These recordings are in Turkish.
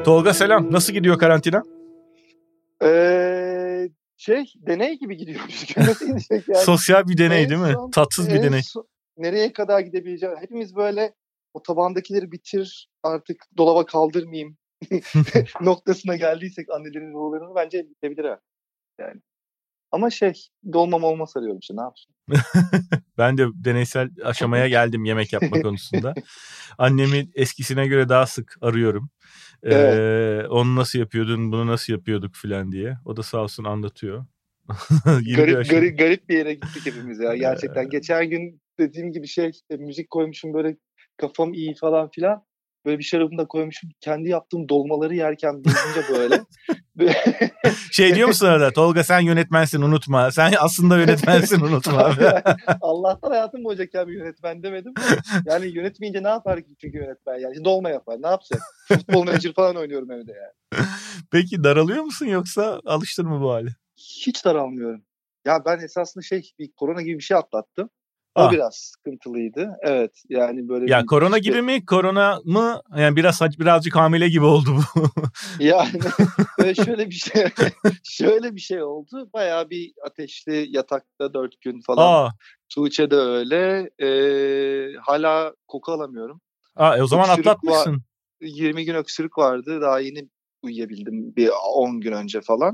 Tolga selam. Nasıl gidiyor karantina? Deney gibi gidiyor. Nasıl gidecek yani? Sosyal bir deney değil mi? Tatsız bir deney. Nereye kadar gidebileceğim? Hepimiz böyle o tabandakileri bitir, artık dolaba kaldırmayayım noktasına geldiysek annelerin ruhlarını bence bitebilir ha. Yani. Ama dolma sarıyorum işte, ne yapayım? Ben de deneysel aşamaya geldim yemek yapma konusunda. Annemi eskisine göre daha sık arıyorum. Evet. Onu nasıl yapıyordun, bunu nasıl yapıyorduk filan diye. O da sağ olsun anlatıyor. Garip bir yere gittik hepimiz ya. Gerçekten. Geçen gün dediğim gibi müzik koymuşum, böyle kafam iyi falan filan. Böyle bir şarabını da koymuşum. Kendi yaptığım dolmaları yerken duyunca böyle. Diyor musun arada? Tolga sen yönetmensin, unutma. Sen aslında yönetmensin, unutma. Yani, Allah'tan hayatım boyunca kendimi yönetmen demedim. Yani yönetmeyince ne yapar ki çünkü yönetmen? Yani dolma yapar. Ne yapacak? Futbol menajer falan oynuyorum evde yani. Peki daralıyor musun yoksa alıştın mı bu hale? Hiç daralmıyorum. Ya ben esasında bir korona gibi bir şey atlattım. O biraz sıkıntılıydı. Evet, yani böyle ya korona gibi mi? Korona mı? Yani birazcık hamile gibi oldu bu. Yani şöyle bir şey oldu. Bayağı bir ateşli, yatakta 4 gün falan. Tuğçe de öyle. Hala koku alamıyorum. O zaman atlatmışsın. 20 gün öksürük vardı. Daha yeni uyuyabildim, bir 10 gün önce falan.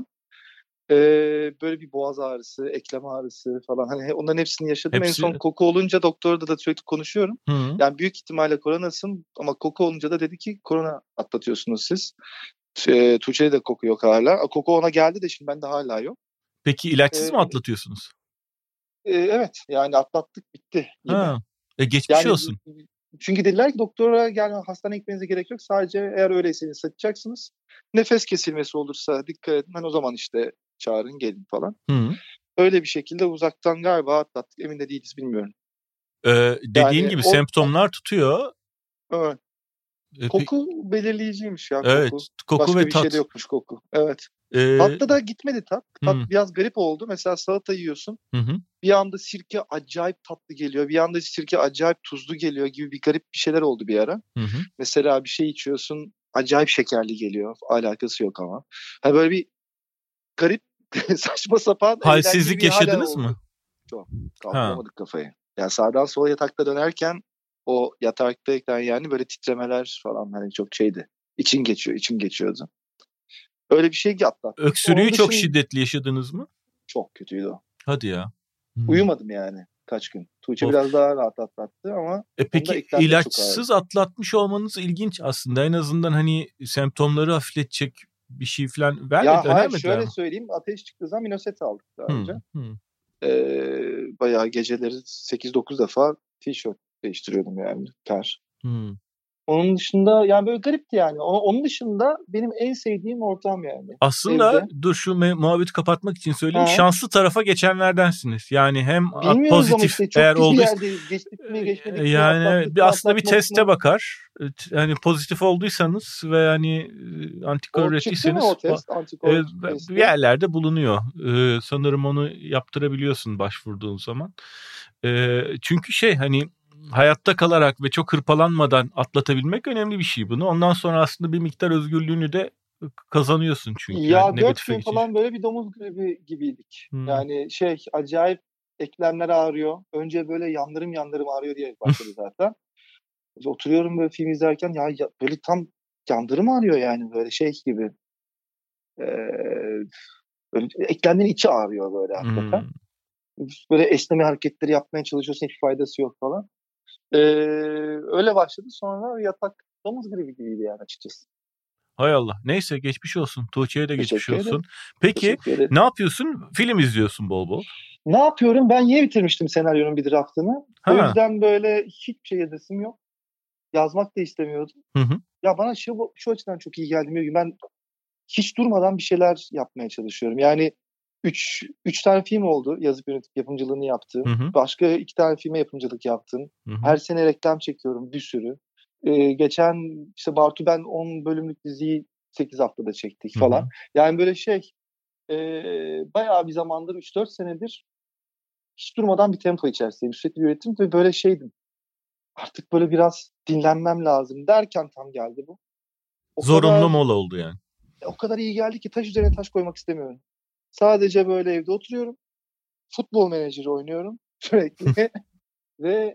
Böyle bir boğaz ağrısı, eklem ağrısı falan. Hani onların hepsini yaşadım. En son koku olunca doktorla da sürekli konuşuyorum. Hı. Yani büyük ihtimalle koronasın, ama koku olunca da dedi ki korona atlatıyorsunuz siz. Tuğçe'de de koku yok hala. Koku ona geldi de şimdi bende hala yok. Peki ilaçsız mı atlatıyorsunuz? Evet, yani atlattık, bitti gibi. Geçmiş olsun. Çünkü dediler ki doktora hastaneye gitmenize gerek yok. Sadece eğer öyleyse satacaksınız. Nefes kesilmesi olursa dikkat edin. O zaman çağırın, gelin falan. Hı. Öyle bir şekilde uzaktan galiba atlattık. Emin de değiliz, bilmiyorum. Dediğin gibi semptomlar tutuyor. Evet. Koku belirleyiciymiş ya, evet, koku. koku Başka ve bir tat. şey de yokmuş koku. Evet. Tatta da gitmedi tat. Tat biraz garip oldu. Mesela salata yiyorsun. Hı. Bir anda sirke acayip tatlı geliyor. Bir anda sirke acayip tuzlu geliyor gibi bir garip bir şeyler oldu bir ara. Hı. Mesela bir şey içiyorsun, acayip şekerli geliyor. Alakası yok ama. Böyle bir garip saçma sapan halsizlik bir yaşadınız oldu. mı? Çok. Kaldıramadık kafayı. Yani sağdan sola yatakta dönerken o yataktayken yani böyle titremeler falan, hani çok şeydi. İçim geçiyordu. Öyle bir şey atlattık. Öksürüğü çok şiddetli yaşadınız mı? Çok kötüydü o. Hadi ya. Uyumadım yani kaç gün. Tuğçe biraz daha rahat atlattı ama peki ilaçsız atlatmış olmanız ilginç aslında. En azından hani semptomları hafifletecek bir şey falan vermediler mi? Ya şöyle söyleyeyim, ateş çıktığı zaman Minoset aldık daha önce. Bayağı geceleri 8-9 defa tişört değiştiriyordum yani, ter. Onun dışında yani böyle garipti yani. Onun dışında benim en sevdiğim ortam yani. Aslında evde. Dur şu muhabbeti kapatmak için söyleyeyim. Şanslı tarafa geçenlerdensiniz. Yani hem bilmiyoruz pozitif ama eğer çok olduysa geçtik mi geçmedik mi, yani aslında bir teste mı? bakar. Yani pozitif olduysanız ve hani antikor ürettiyseniz o test, antikor bir yerlerde bulunuyor. Sanırım onu yaptırabiliyorsun başvurduğun zaman. Çünkü hani hayatta kalarak ve çok hırpalanmadan atlatabilmek önemli bir şey bunu. Ondan sonra aslında bir miktar özgürlüğünü de kazanıyorsun çünkü. Ya 4 gün falan böyle bir domuz gribi gibiydik. Yani acayip eklemler ağrıyor. Önce böyle yandırım ağrıyor diye başladı zaten. Oturuyorum böyle film izlerken ya böyle tam yandırım ağrıyor yani, böyle gibi. Böyle eklemlerin içi ağrıyor böyle hakikaten. Böyle esneme hareketleri yapmaya çalışıyorsun, hiç faydası yok falan. Öyle başladı, sonra yatak domuz gribi gibiydi yani açıkçası. Hay Allah. Neyse geçmiş olsun. Tuğçe'ye de geçmiş olsun. Peki Teşekkür ne yapıyorsun? Film izliyorsun bol bol. Ne yapıyorum? Ben yeni bitirmiştim senaryonun bir draftını. O yüzden böyle hiçbir şey yazasım yok. Yazmak da istemiyordum. Ya bana şu açıdan çok iyi geldi. Ben hiç durmadan bir şeyler yapmaya çalışıyorum. Yani 3 tane film oldu yazıp yönetip yapımcılığını yaptığım. Başka 2 tane filme yapımcılık yaptım. Her sene reklam çekiyorum, bir sürü. Geçen Bartu ben 10 bölümlük diziyi 8 haftada çektik falan. Yani böyle bayağı bir zamandır, 3-4 senedir hiç durmadan bir tempo içerisindeyim. Sürekli üretim ve böyle artık böyle biraz dinlenmem lazım derken tam geldi bu. Zorunlu mola oldu yani. O kadar iyi geldi ki taş üzerine taş koymak istemiyorum. Sadece böyle evde oturuyorum. Futbol menajeri oynuyorum sürekli. Ve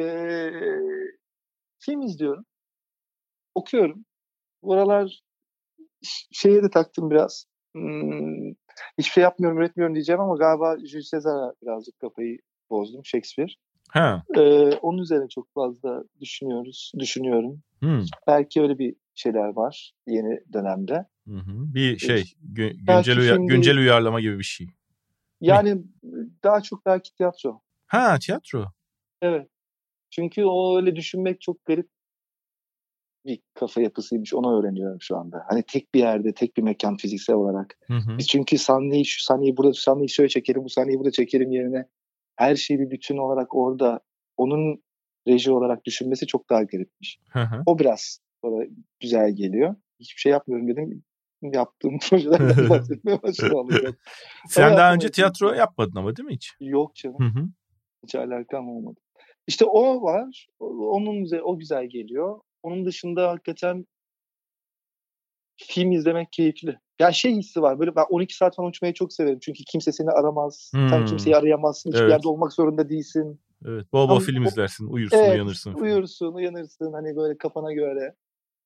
film izliyorum. Okuyorum. Bu aralar şeye de taktım biraz. Hiçbir şey yapmıyorum, üretmiyorum diyeceğim ama galiba Jules Caesar'a birazcık kafayı bozdum. Shakespeare. Onun üzerine çok fazla düşünüyorum. Belki öyle bir şeyler var yeni dönemde. Bir şey, güncel uyarlama gibi bir şey. Yani daha çok belki tiyatro. Tiyatro. Evet. Çünkü o öyle düşünmek çok garip bir kafa yapısıymış. Onu öğreniyorum şu anda. Hani tek bir yerde, tek bir mekan fiziksel olarak. Biz çünkü şu sahneyi burada, şu sahneyi şöyle çekelim, bu sahneyi burada çekelim yerine her şeyi bir bütün olarak orada onun reji olarak düşünmesi çok daha garipmiş. O biraz bana güzel geliyor. Hiçbir şey yapmıyorum dedim. Yaptığım projelerden bahsetmeye başladım. Sen daha önce tiyatro yapmadın ama değil mi hiç? Yok canım. Hiç alakam olmadı. İşte o var. O güzel geliyor. Onun dışında hakikaten film izlemek keyifli. Ya hissi var. Böyle ben 12 saat falan uçmayı çok severim. Çünkü kimse seni aramaz. Sen kimseyi arayamazsın. Hiçbir yerde olmak zorunda değilsin. Evet. Bol film izlersin. Uyursun, uyanırsın. Uyursun, uyanırsın. Hani böyle kafana göre.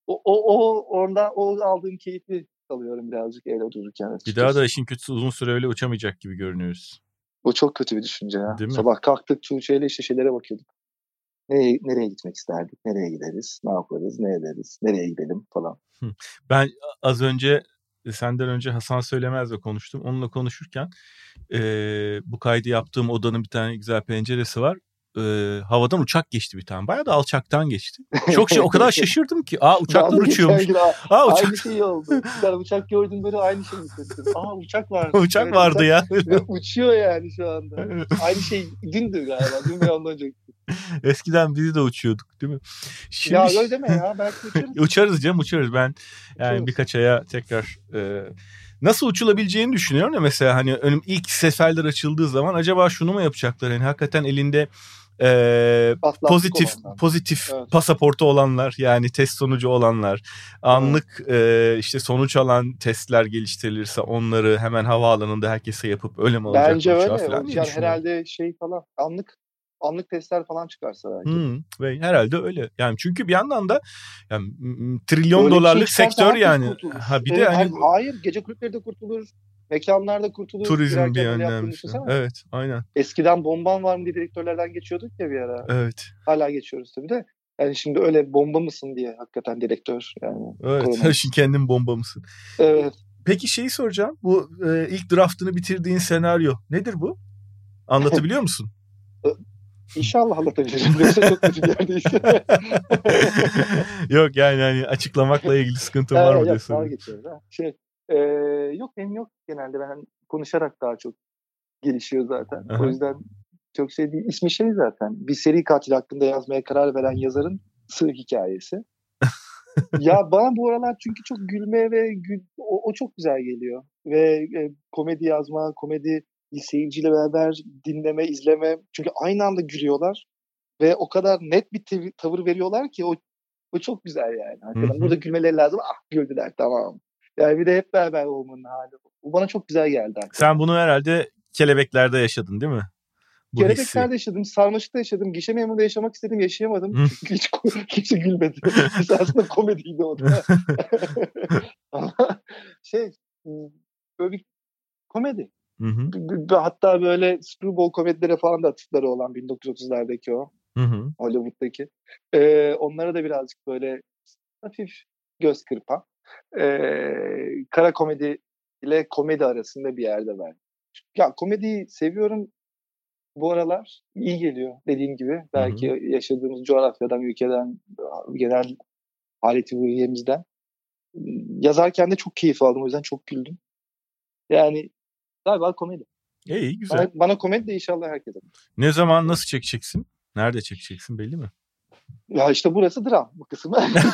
O aldığım keyfi alıyorum birazcık evde dururken. Bir daha da işin kötüsü uzun süre öyle uçamayacak gibi görünüyoruz. O çok kötü bir düşünce ya. Değil mi? Sabah kalktık Tuğçe'yle şeylere bakıyorduk. Nereye gitmek isterdik? Nereye gideriz? Ne yaparız? Ne ederiz? Nereye gidelim falan. Ben az önce senden önce Hasan Söylemez'le konuştum. Onunla konuşurken bu kaydı yaptığım odanın bir tane güzel penceresi var. Havadan uçak geçti bir tane. Bayağı da alçaktan geçti. O kadar şaşırdım ki. Uçaklar uçuyormuş. Aynı şey oldu. Ben uçak gördüm böyle aynı şeyi hissettim. Uçak vardı. Uçak vardı ya. Ve uçuyor yani şu anda. Aynı şey dündü galiba. Dün ve ondan önceki. Eskiden biz de uçuyorduk değil mi? Şimdi... Ya öyle deme ya. Belki uçarız. Uçarız. Ben yani birkaç aya tekrar nasıl uçulabileceğini düşünüyorum ya mesela hani ilk seferler açıldığı zaman acaba şunu mu yapacaklar? Yani hakikaten elinde pozitif pasaportu olanlar yani test sonucu olanlar anlık işte sonuç alan testler geliştirilirse onları hemen havaalanında herkese yapıp öyle mi olacak? Bence öyle. Yani herhalde falan anlık testler falan çıkarsa belki. Ve herhalde öyle. Yani çünkü bir yandan da yani trilyon dolarlık sektör yani. Bir de hani hayır, gece kulüpleri de kurtulur. Mekanlarda kurtulur. Turizm bir yönden. Evet, aynen. Eskiden bomban var mı diye direktörlerden geçiyorduk ya bir ara. Evet. Hala geçiyoruz tabii de. Yani şimdi öyle bomba mısın diye hakikaten direktör yani. Evet, şimdi kendin bomba mısın? Evet. Peki şeyi soracağım. Bu ilk draftını bitirdiğin senaryo nedir bu? Anlatabiliyor musun? İnşallah anlatabilirim. Yoksa çok kötü bir yerdeyiz. Yok yani hani açıklamakla ilgili sıkıntın var mı diye soruyorum. Yok benim yok. Genelde ben konuşarak daha çok gelişiyor zaten. O yüzden çok şey değil. İsmi zaten. Bir seri katil hakkında yazmaya karar veren yazarın sığ hikayesi. Ya bana bu aralar çünkü çok gülme ve o çok güzel geliyor. Ve komedi yazma, komedi seyirciyle beraber dinleme, izleme. Çünkü aynı anda gülüyorlar. Ve o kadar net bir tavır veriyorlar ki o çok güzel yani. Burada gülmeleri lazım. Güldüler tamam. Yani bir de hep beraber olmanın hali. Bu bana çok güzel geldi. Hakikaten. Sen bunu herhalde Kelebekler'de yaşadın değil mi? Kelebekler'de yaşadım, Sarmaşık'ta yaşadım, Gişe Memur'da yaşamak istedim, yaşayamadım. Çünkü hiç kimse gülmedi. Aslında komediydi o da. Ama böyle bir komedi. Hatta böyle Super Bowl komedilere falan da atıfları olan 1930'lardaki o. Hollywood'daki. Onlara da birazcık böyle hafif göz kırpan. Kara komedi ile komedi arasında bir yerde ben. Ya komediyi seviyorum. Bu aralar iyi geliyor dediğim gibi. Belki yaşadığımız coğrafyadan, ülkeden, genel haleti hürriyemizden. Yazarken de çok keyif aldım. O yüzden çok güldüm. Yani galiba komedi. İyi, güzel. Bana komedi de inşallah herkese. Ne zaman nasıl çekeceksin? Nerede çekeceksin belli mi? Ya işte burası dram bu kısmı.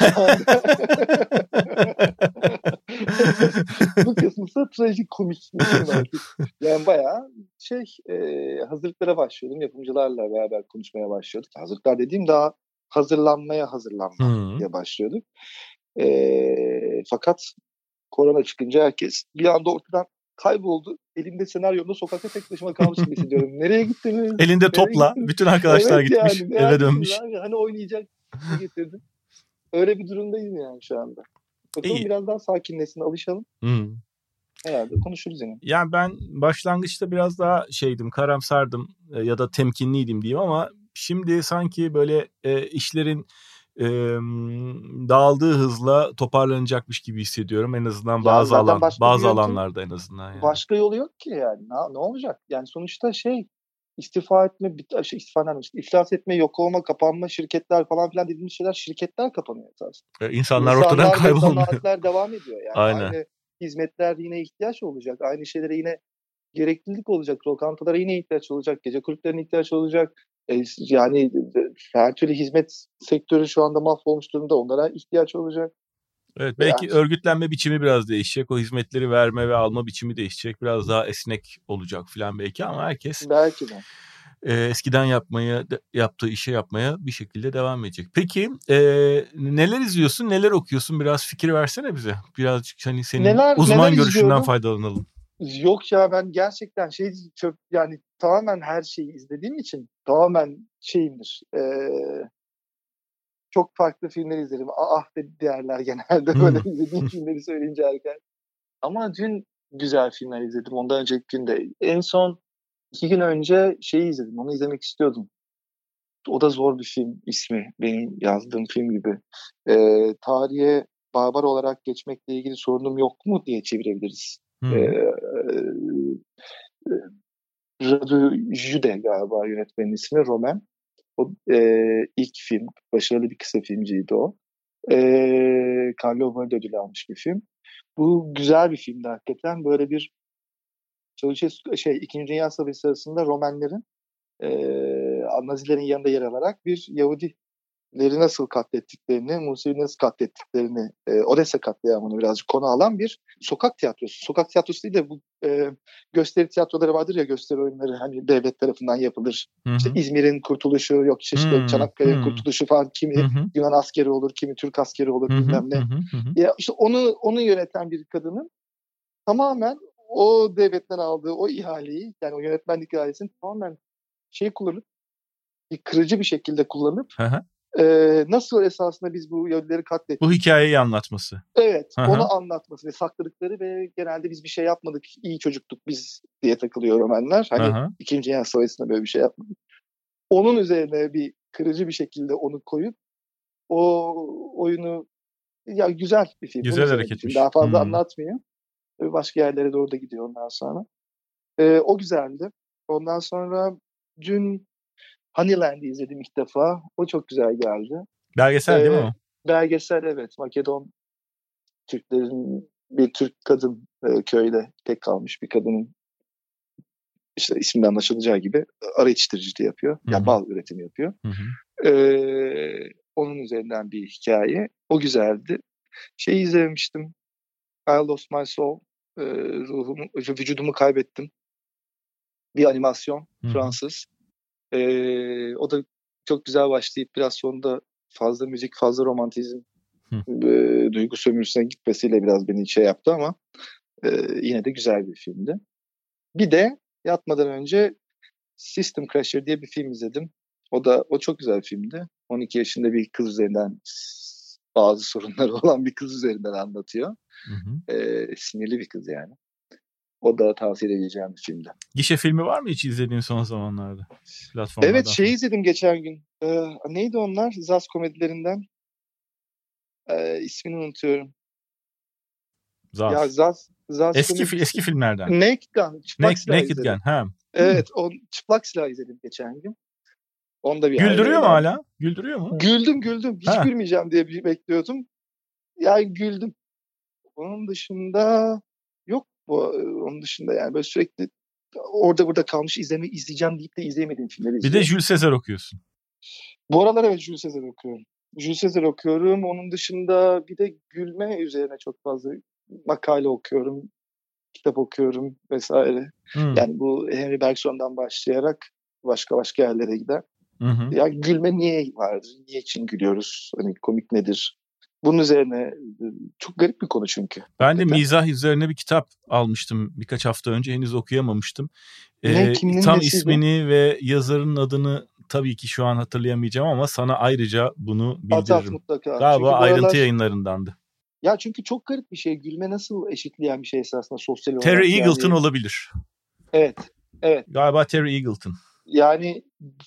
Bu kısmısı trajikomik. Yani bayağı hazırlıklara başlıyordum. Yapımcılarla beraber konuşmaya başlıyorduk. Hazırlıklar dediğim daha hazırlanmaya diye başlıyorduk. Fakat korona çıkınca herkes bir anda ortadan kayboldu. Elimde senaryomda sokakta tek başıma kalmış gibi hissediyorum. Nereye gittiniz? Elinde topla. Bütün arkadaşlar evet gitmiş. Yani, eve dönmüş. Abi? Hani oynayacak getirdim. Öyle bir durumdayım yani şu anda. Bakalım biraz daha sakinleşsin, alışalım. Herhalde konuşuruz yine. Yani ben başlangıçta biraz daha karamsardım ya da temkinliydim diyeyim ama şimdi sanki böyle işlerin dağıldığı hızla toparlanacakmış gibi hissediyorum en azından bazı alanlarda en azından. Yani. Başka yolu yok ki yani. Ne olacak? Yani sonuçta iflas etme, yok olma, kapanma, şirketler falan filan dediğimiz şeyler, şirketler kapanıyor esasında. İnsanlar ortadan kaybolmuyor. Zanaatler devam ediyor yani. Aynen. Aynı hizmetler yine ihtiyaç olacak. Aynı şeylere yine gereklilik olacak. Lokantalara yine ihtiyaç olacak. Gece kulüplerine ihtiyaç olacak. Yani her türlü hizmet sektörü şu anda mahvolmuş durumda. Onlara ihtiyaç olacak. Evet, belki örgütlenme biçimi biraz değişecek. O hizmetleri verme ve alma biçimi değişecek. Biraz daha esnek olacak falan belki ama herkes belki de eskiden yaptığı işe yapmaya bir şekilde devam edecek. Peki neler izliyorsun, neler okuyorsun? Biraz fikir versene bize. Birazcık senin uzman görüşünden faydalanalım. Yok ya, ben gerçekten yani tamamen her şeyi izlediğim için tamamen şeyimdir. Çok farklı filmler izlerim. Değerler genelde böyle izlediğim filmleri söyleyince erken. Ama dün güzel filmler izledim. Ondan önceki günde. En son 2 gün önce izledim. Onu izlemek istiyordum. O da zor bir film ismi. Benim yazdığım film gibi. Tarihe barbar olarak geçmekle ilgili sorunum yok mu diye çevirebiliriz. Radu Jude galiba yönetmenin ismi, Roman. O ilk film. Başarılı bir kısa filmciydi o. Carlo Morelli ödülü almış bir film. Bu güzel bir filmdi hakikaten. Böyle bir İkinci Dünya Savaşı sırasında Romenlerin Nazilerin yanında yer alarak bir Yahudileri nasıl katlettiklerini, Musevi nasıl katlettiklerini, Odessa katliamını birazcık konu alan bir sokak tiyatrosu. Sokak tiyatrosu değil de bu gösteri tiyatroları vardır ya, gösteri oyunları hani devlet tarafından yapılır. İşte İzmir'in kurtuluşu, yok Çanakkale'nin kurtuluşu falan, kimi Yunan askeri olur, kimi Türk askeri olur, bilmem ne. Ya işte onu yöneten bir kadının tamamen o devletten aldığı o ihaleyi, yani o yönetmenlik ihalesini tamamen kullanıp, bir kırıcı bir şekilde kullanıp nasıl esasında biz bu Yahudileri katlettik. Bu hikayeyi anlatması. Evet, onu anlatması ve sakladıkları ve genelde biz bir şey yapmadık, iyi çocuktuk biz diye takılıyor Romanlar. Hani İkinci Dünya Savaşı'nda böyle bir şey yapmadık. Onun üzerine bir kırıcı bir şekilde onu koyup o oyunu, ya güzel bir film. Güzel hareketmiş. Daha fazla anlatmıyor. Başka yerlere doğru da gidiyor ondan sonra. O güzeldi. Ondan sonra dün Honeyland'i izledim ilk defa. O çok güzel geldi. Belgesel değil mi o? Belgesel, evet. Makedon Türklerin, bir Türk kadın köyde tek kalmış bir kadının, işte isminden anlaşılacağı gibi arı yetiştiriciliği yapıyor. Yani bal üretimi yapıyor. Onun üzerinden bir hikaye. O güzeldi. İzlemiştim. I Lost My Soul. Vücudumu kaybettim. Bir animasyon. Fransız. O da çok güzel başlayıp biraz sonunda fazla müzik, fazla romantizm duygu sömürüsüne gitmesiyle biraz beni yaptı ama yine de güzel bir filmdi. Bir de yatmadan önce System Crasher diye bir film izledim. O çok güzel bir filmdi. 12 yaşında bir kız üzerinden, bazı sorunları olan bir kız üzerinden anlatıyor. Sinirli bir kız yani. O da tavsiye edeceğim bir filmdi. Gişe filmi var mı hiç izlediğin son zamanlarda? Evet, izledim geçen gün. Neydi onlar? Zaz komedilerinden. İsmini unutuyorum. Zaz. Ya Zaz eski filmlerden. Naked Gun. Çıplak Silah Naked izledim. Gun. Evet, o Çıplak Silah izledim geçen gün. Onda bir güldürüyor mu hala? Güldürüyor mu? Güldüm. Hiç gülmeyeceğim diye bekliyordum. Yani güldüm. Onun dışında yok. Onun dışında yani böyle sürekli orada burada kalmış, izleyeceğim deyip de izleyemediğim filmleri izliyorum. Bir de Jules Caesar okuyorsun. Bu aralar evet Jules Caesar okuyorum. Jules Caesar okuyorum. Onun dışında bir de gülme üzerine çok fazla makale okuyorum. Kitap okuyorum vesaire. Yani bu Henry Bergson'dan başlayarak başka yerlere gider. Yani gülme niye vardır? Niye için gülüyoruz? Hani komik nedir? Bunun üzerine çok garip bir konu çünkü. Ben de mizah üzerine bir kitap almıştım birkaç hafta önce. Henüz okuyamamıştım. Tam ismini ve yazarın adını tabii ki şu an hatırlayamayacağım ama sana ayrıca bunu bildiririm. At mutlaka. Galiba Ayrıntı Yayınlarındandı. Ya çünkü çok garip bir şey. Gülme nasıl eşitleyen bir şey esasında sosyal olarak. Terry Eagleton olabilir. Evet. Galiba Terry Eagleton. Yani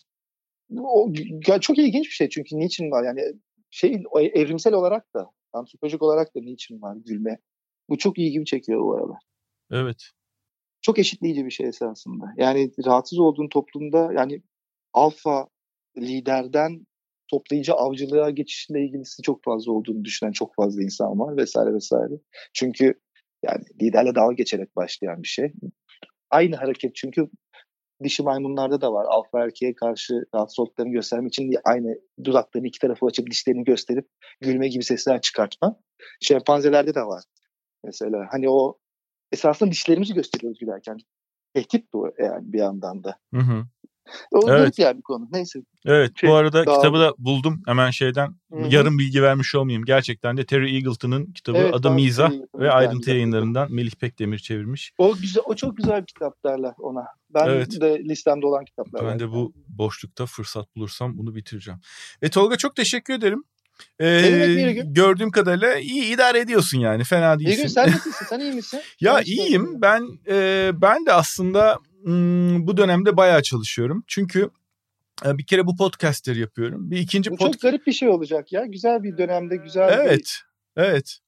çok ilginç bir şey çünkü niçin var yani evrimsel olarak da antropolojik olarak da niçin var gülme. Bu çok ilgimi çekiyor bu aralar. Evet. Çok eşitleyici bir şey esasında. Yani rahatsız olduğun toplumda yani alfa liderden toplayıcı avcılığa geçişle ilgisi çok fazla olduğunu düşünen çok fazla insan var vesaire. Çünkü yani liderle dalga geçerek başlayan bir şey. Aynı hareket çünkü dişi maymunlarda da var. Alfa erkeğe karşı rahatsız olduklarını göstermek için aynı dudaklarını iki tarafa açıp dişlerini gösterip gülme gibi sesler çıkartma. Şempanzelerde de var. Mesela hani o esasında dişlerimizi gösteriyoruz gülerken. Tehdit bu yani bir yandan da. Hı. O garip yani bir konu. Neyse. Evet bu arada kitabı da buldum hemen şeyden. Hı-hı. Yarım bilgi vermiş olmayayım. Gerçekten de Terry Eagleton'ın kitabı adı Mizah ve Ayrıntı Yayınlarından Melih Pekdemir çevirmiş. O çok güzel bir kitap derler ona. Ben de listemde olan kitaplar. Ben de bu boşlukta fırsat bulursam bunu bitireceğim. Tolga çok teşekkür ederim. Gördüğüm kadarıyla iyi idare ediyorsun yani. Fena değilsin. Bir gün sen nasılsın? Sen iyi misin? Ya iyiyim. Ben de aslında bu dönemde bayağı çalışıyorum. Çünkü bir kere bu podcastleri yapıyorum. Bu çok garip bir şey olacak ya. Güzel bir dönemde güzel Evet.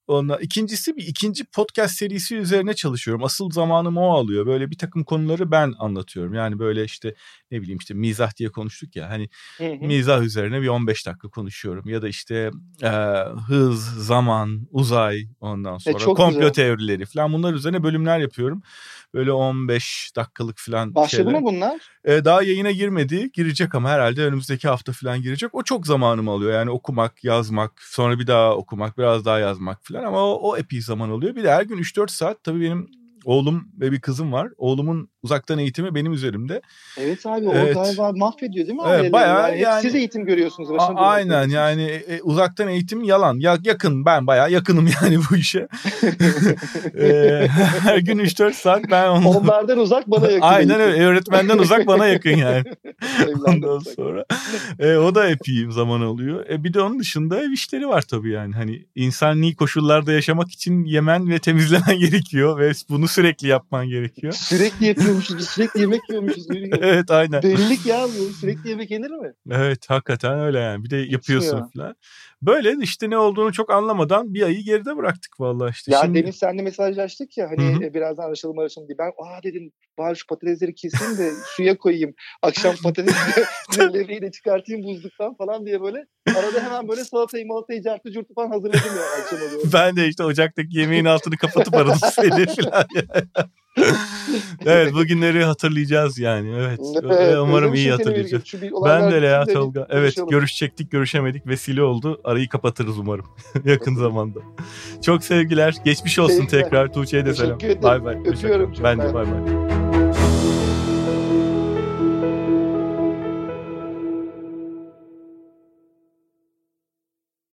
İkinci podcast serisi üzerine çalışıyorum. Asıl zamanım o alıyor. Böyle bir takım konuları ben anlatıyorum. Yani böyle işte ne bileyim işte mizah diye konuştuk ya. Hani mizah üzerine bir 15 dakika konuşuyorum. Ya da işte hız, zaman, uzay ondan sonra komplo teorileri falan bunlar üzerine bölümler yapıyorum. Böyle 15 dakikalık falan Başladı mı bunlar? Daha yayına girmedi. Girecek ama herhalde önümüzdeki hafta falan girecek. O çok zamanımı alıyor. Yani okumak, yazmak, sonra bir daha okumak, biraz daha yazmak falan. Ama o epey zaman alıyor. Bir de her gün 3-4 saat tabii benim oğlum ve bir kızım var. Oğlumun uzaktan eğitimi benim üzerimde. Evet abi o galiba mahvediyor değil mi? Evet, bayağı yani siz eğitim görüyorsunuz. Aynen yani uzaktan eğitim yalan. Yakın ben bayağı yakınım yani bu işe. Her gün 3-4 saat ben onlardan uzak bana yakın. Aynen öyle öğretmenden uzak bana yakın yani. Ondan sonra o da epey zaman alıyor. Bir de onun dışında ev işleri var tabii yani. Hani insani koşullarda yaşamak için yemen ve temizlemen gerekiyor ve bunu sürekli yapman gerekiyor. Sürekli yapıyormuşuz. Biz sürekli yemek yiyormuşuz. Evet aynen. Delilik ya bu. Sürekli yemek yenir mi? Evet hakikaten öyle yani. Bir de yapıyorsun falan. Böyle işte ne olduğunu çok anlamadan bir ayı geride bıraktık vallahi işte. Ya Deniz seninle mesajlaştık ya hani birazdan araşalım diye. Ben dedim bari şu patatesleri keseyim de suya koyayım. Akşam patatesleri levreyi de çıkartayım buzluktan falan diye böyle. Arada hemen böyle salatayı cartı curtu falan hazırladım ya akşama doğru. Ben de işte ocaktaki yemeğin altını kapatıp aradım seni falan. Evet bugünleri hatırlayacağız yani. Evet. Umarım iyi hatırlayacağız. Ben de öyle ya Tolga. Evet görüşecektik görüşemedik. Vesile oldu. Arayı kapatırız umarım. Yakın zamanda. Çok sevgiler. Geçmiş olsun tekrar. Tuğçe'ye de selam. Bay bay. Öpüyorum. Ben de bay bay.